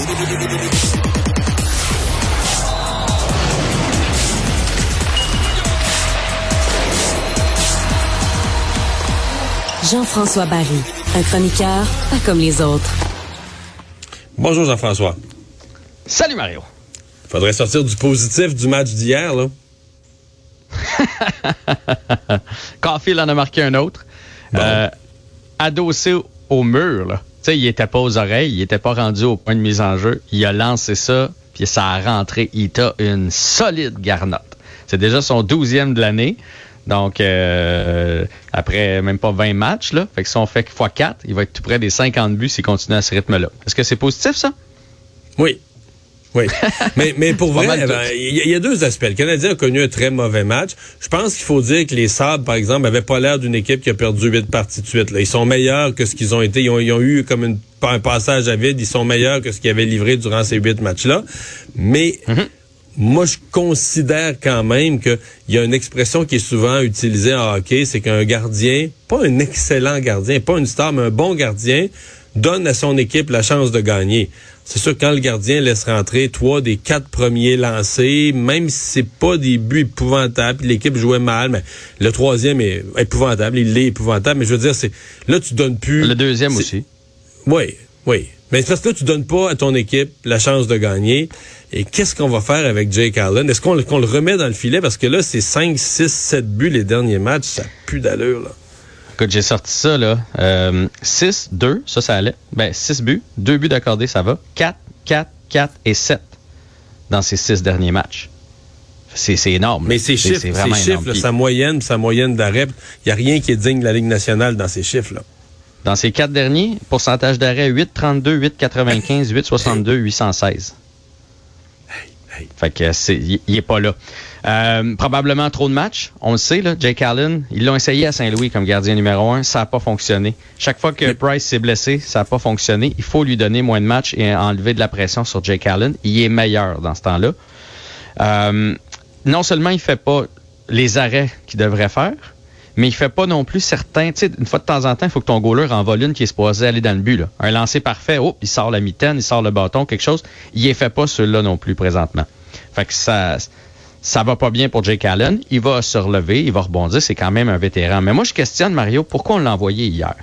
Jean-François Barry, un chroniqueur pas comme les autres. Bonjour Jean-François. Salut Mario. Faudrait sortir du positif du match d'hier, là. Caulfield en a marqué un autre. Bon. Adossé au mur, là. Tu sais, il était pas aux oreilles, il était pas rendu au point de mise en jeu. Il a lancé ça, puis ça a rentré. Il t'a une solide garnotte. C'est déjà son 12e de l'année. Donc, après même pas 20 matchs, là, fait que si on fait x4, il va être tout près des 50 buts s'il continue à ce rythme-là. Est-ce que c'est positif, ça? Oui. mais pour vrai, il y a deux aspects. Le Canadien a connu un très mauvais match. Je pense qu'il faut dire que les Sabres, par exemple, avaient pas l'air d'une équipe qui a perdu 8 parties de suite. Là. Ils sont meilleurs que ce qu'ils ont été. Ils ont eu comme un passage à vide. Ils sont meilleurs que ce qu'ils avaient livré durant ces 8 matchs-là. Mais... Moi, je considère quand même qu'il y a une expression qui est souvent utilisée en hockey, c'est qu'un gardien, pas un excellent gardien, pas une star, mais un bon gardien, donne à son équipe la chance de gagner. C'est sûr que quand le gardien laisse rentrer 3 des 4 premiers lancés, même si c'est pas des buts épouvantables, l'équipe jouait mal, mais le 3e est épouvantable, il est épouvantable, mais je veux dire, c'est là tu donnes plus... Le 2e aussi. Oui. Mais c'est parce que là, tu donnes pas à ton équipe la chance de gagner. Et qu'est-ce qu'on va faire avec Jake Allen? Est-ce qu'on le remet dans le filet? Parce que là, c'est 5, 6, 7 buts les derniers matchs. Ça pue d'allure, là. Écoute, j'ai sorti ça, là. 6, 2, ça allait. 6 buts, 2 buts d'accordé, ça va. 4 et 7 dans ces 6 derniers matchs. C'est énorme. Mais ces chiffres, là, sa moyenne d'arrêt, il n'y a rien qui est digne de la Ligue nationale dans ces chiffres-là. Dans ces 4 derniers, pourcentage d'arrêt 8,32, 8,95, 8,62, 816. Fait que il est pas là. Probablement trop de matchs. On le sait, là. Jake Allen, ils l'ont essayé à Saint-Louis comme gardien numéro 1. Ça n'a pas fonctionné. Chaque fois que Price s'est blessé, ça n'a pas fonctionné. Il faut lui donner moins de matchs et enlever de la pression sur Jake Allen. Il est meilleur dans ce temps-là. Non seulement il fait pas les arrêts qu'il devrait faire, mais il fait pas non plus certains... Tu sais, une fois de temps en temps, il faut que ton goaler envole une qui est supposé aller dans le but. Là. Un lancer parfait, il sort la mitaine, il sort le bâton, quelque chose. Il ne fait pas celui-là non plus présentement. Fait que ça va pas bien pour Jake Allen. Il va se relever, il va rebondir. C'est quand même un vétéran. Mais moi, je questionne, Mario, pourquoi on l'a envoyé hier?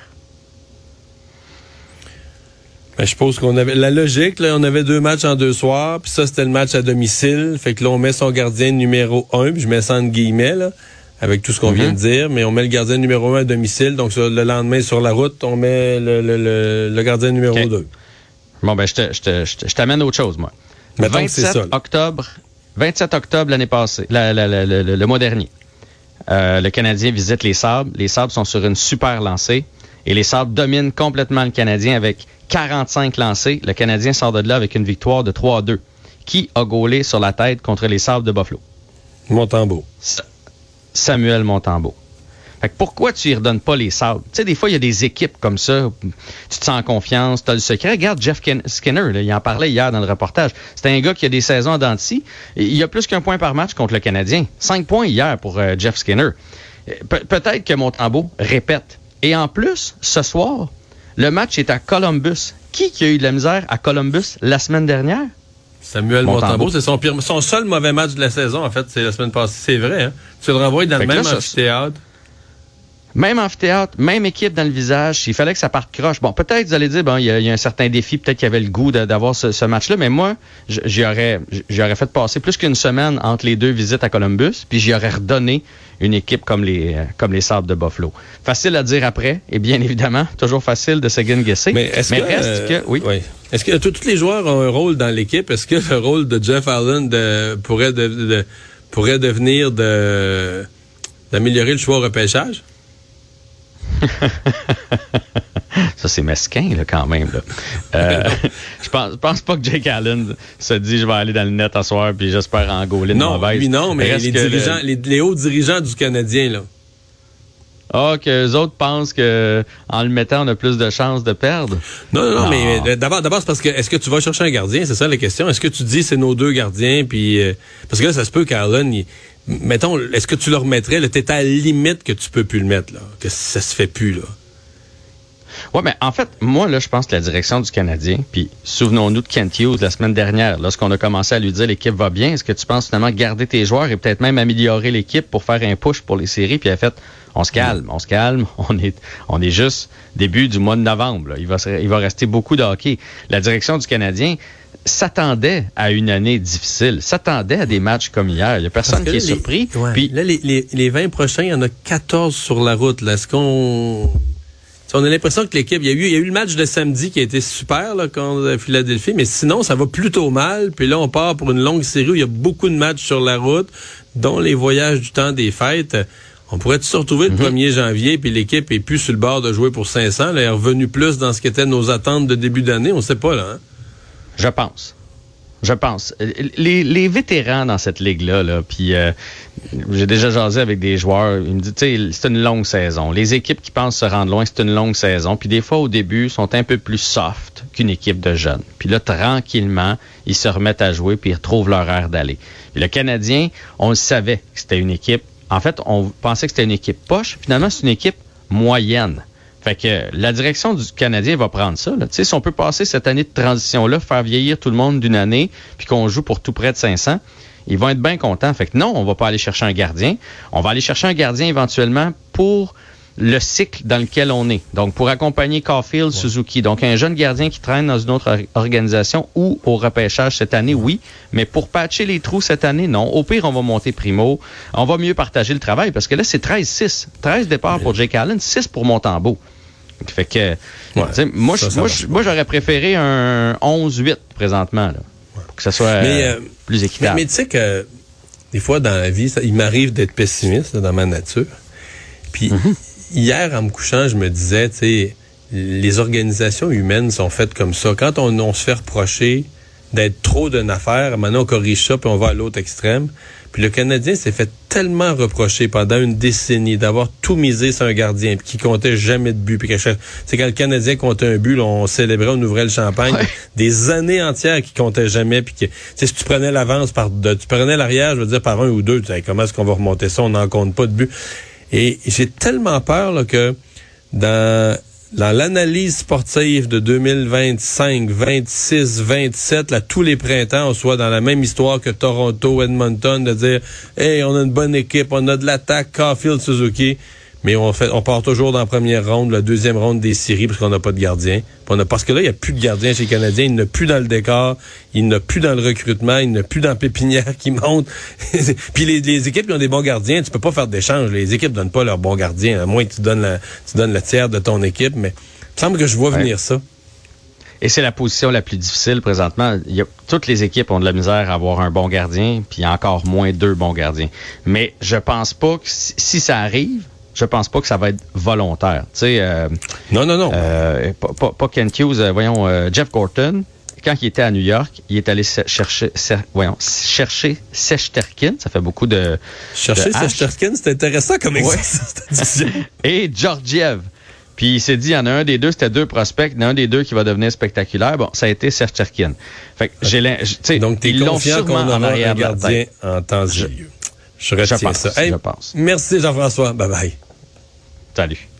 Je suppose qu'on avait la logique, là, on avait 2 matchs en 2 soirs, puis ça, c'était le match à domicile. Fait que là, on met son gardien numéro 1, puis je mets ça entre guillemets, là. Avec tout ce qu'on vient de dire, mais on met le gardien numéro 1 à domicile, donc le lendemain sur la route, on met le gardien numéro 2. Bon, je t'amène autre chose, moi. Mettons 27 octobre l'année passée, le mois dernier. Le Canadien visite les Sabres. Les Sabres sont sur une super lancée et les Sabres dominent complètement le Canadien avec 45 lancés. Le Canadien sort de là avec une victoire de 3-2. Qui a gaulé sur la tête contre les Sabres de Buffalo? Montembeault. Samuel Montembeault. Fait que pourquoi tu y redonnes pas les Sabres? Tu sais, des fois, il y a des équipes comme ça, tu te sens en confiance, tu as le secret. Regarde Jeff Skinner, là, il en parlait hier dans le reportage. C'est un gars qui a des saisons en dents de scie. Il y a plus qu'un point par match contre le Canadien. 5 points hier pour Jeff Skinner. Peut-être que Montembeault répète. Et en plus, ce soir, le match est à Columbus. Qui a eu de la misère à Columbus la semaine dernière? Samuel Montembeault, c'est son seul mauvais match de la saison, en fait, c'est la semaine passée. C'est vrai, hein? Tu le renvoies dans le même amphithéâtre. Même amphithéâtre, même équipe dans le visage. Il fallait que ça parte croche. Bon, peut-être, vous allez dire, il y a un certain défi. Peut-être qu'il y avait le goût d'avoir ce match-là. Mais moi, j'y aurais fait passer plus qu'une semaine entre les 2 visites à Columbus. Puis j'y aurais redonné une équipe comme les Sabres de Buffalo. Facile à dire après. Et bien évidemment, toujours facile de second-guesser. Mais reste que... Oui. Est-ce que tous les joueurs ont un rôle dans l'équipe? Est-ce que le rôle de Jeff Allen pourrait devenir d'améliorer le choix au repêchage? Ça, c'est mesquin, là, quand même. Là. Je pense pas que Jake Allen se dit « Je vais aller dans le net à soir puis j'espère en gauler une mauvaise. » Non, lui non, mais les hauts dirigeants du Canadien, là. Qu'eux autres pensent que en le mettant, on a plus de chances de perdre. Non, mais d'abord, c'est parce que est-ce que tu vas chercher un gardien? C'est ça la question. Est-ce que tu dis c'est nos 2 gardiens? Puis parce que là, ça se peut qu'Allen, mettons, est-ce que tu le remettrais? T'es à la limite que tu peux plus le mettre, là, que ça se fait plus, là. Oui, mais en fait, moi, là, je pense que la direction du Canadien, puis souvenons-nous de Kent Hughes la semaine dernière, lorsqu'on a commencé à lui dire l'équipe va bien, est-ce que tu penses finalement garder tes joueurs et peut-être même améliorer l'équipe pour faire un push pour les séries? Puis elle a fait, on se calme, on est juste début du mois de novembre. Là. Il va rester beaucoup de hockey. La direction du Canadien s'attendait à une année difficile, s'attendait à des matchs comme hier. Il n'y a personne qui est surpris. Ouais. Puis là, les 20 prochains, il y en a 14 sur la route. Là. Est-ce qu'on... On a l'impression que l'équipe... Il y a eu le match de samedi qui a été super là, contre Philadelphie, mais sinon, ça va plutôt mal. Puis là, on part pour une longue série où il y a beaucoup de matchs sur la route, dont les voyages du temps des fêtes. On pourrait se retrouver le 1er janvier, puis l'équipe est plus sur le bord de jouer pour 500. Elle est revenue plus dans ce qu'étaient nos attentes de début d'année. On ne sait pas, là. Hein? Je pense. Les vétérans dans cette ligue-là, là, puis j'ai déjà jasé avec des joueurs, ils me disent, tu sais, c'est une longue saison. Les équipes qui pensent se rendre loin, c'est une longue saison. Puis des fois, au début, sont un peu plus soft qu'une équipe de jeunes. Puis là, tranquillement, ils se remettent à jouer, puis ils retrouvent leur air d'aller. Puis le Canadien, on le savait que c'était une équipe. En fait, on pensait que c'était une équipe poche. Finalement, c'est une équipe moyenne. Fait que la direction du Canadien va prendre ça. Tu sais, si on peut passer cette année de transition-là, faire vieillir tout le monde d'une année, puis qu'on joue pour tout près de 500, ils vont être bien contents. Fait que non, on va pas aller chercher un gardien. On va aller chercher un gardien éventuellement pour le cycle dans lequel on est. Donc, pour accompagner Caulfield, Suzuki. Donc, un jeune gardien qui traîne dans une autre organisation ou au repêchage cette année, oui. Mais pour patcher les trous cette année, non. Au pire, on va monter Primo. On va mieux partager le travail parce que là, c'est 13-6. 13 départs pour Jake Allen, 6 pour Montembeau. Fait que, moi, j'aurais préféré un 11-8 présentement, là, pour que ça soit plus équitable. Mais tu sais que, des fois, dans la vie, il m'arrive d'être pessimiste là, dans ma nature. Puis, hier, en me couchant, je me disais, tu sais, les organisations humaines sont faites comme ça. Quand on se fait reprocher d'être trop d'une affaire, maintenant on corrige ça, puis on va à l'autre extrême. Puis le Canadien s'est fait tellement reprocher pendant une décennie d'avoir tout misé sur un gardien, puis qui comptait jamais de but. Puis c'est quand le Canadien comptait un but, là, on célébrait, on ouvrait le champagne. Ouais. Des années entières qui comptaient jamais. Puis si tu prenais l'avance tu prenais l'arrière, je veux dire par un ou deux, tu sais, comment est-ce qu'on va remonter ça? On n'en compte pas de but. Et j'ai tellement peur là, que dans l'analyse sportive de 2025, 26, 27, là, tous les printemps, on soit dans la même histoire que Toronto, Edmonton, de dire « Hey, on a une bonne équipe, on a de l'attaque, Caulfield, Suzuki », mais on part toujours dans la première ronde, la deuxième ronde des séries, parce qu'on n'a pas de gardien. Parce que là, il n'y a plus de gardien chez les Canadiens, il n'y en a plus dans le décor, il n'y en a plus dans le recrutement, il n'y en a plus dans la pépinière qui monte. Puis les équipes qui ont des bons gardiens, tu peux pas faire d'échange. Les équipes donnent pas leurs bons gardiens, à moins que tu donnes le tiers de ton équipe, mais il semble que je vois venir ça. Et c'est la position la plus difficile présentement. Toutes les équipes ont de la misère à avoir un bon gardien, puis encore moins 2 bons gardiens. Mais je pense pas que si ça arrive, je pense pas que ça va être volontaire. Tu sais, non. Pas Kent Hughes, Jeff Gorton, quand il était à New York, il est allé chercher Shesterkin. Ça fait beaucoup de... Chercher Shesterkin, c'est intéressant comme exercice. Et Georgiev. Puis il s'est dit, il y en a un des deux, c'était 2 prospects, il y en a un des deux qui va devenir spectaculaire. Bon, ça a été Shesterkin. Fait que donc, t'es confiant qu'on aura un gardien en temps et lieu. Je retiens ça. Je pense. Merci Jean-François. Bye bye. Salut.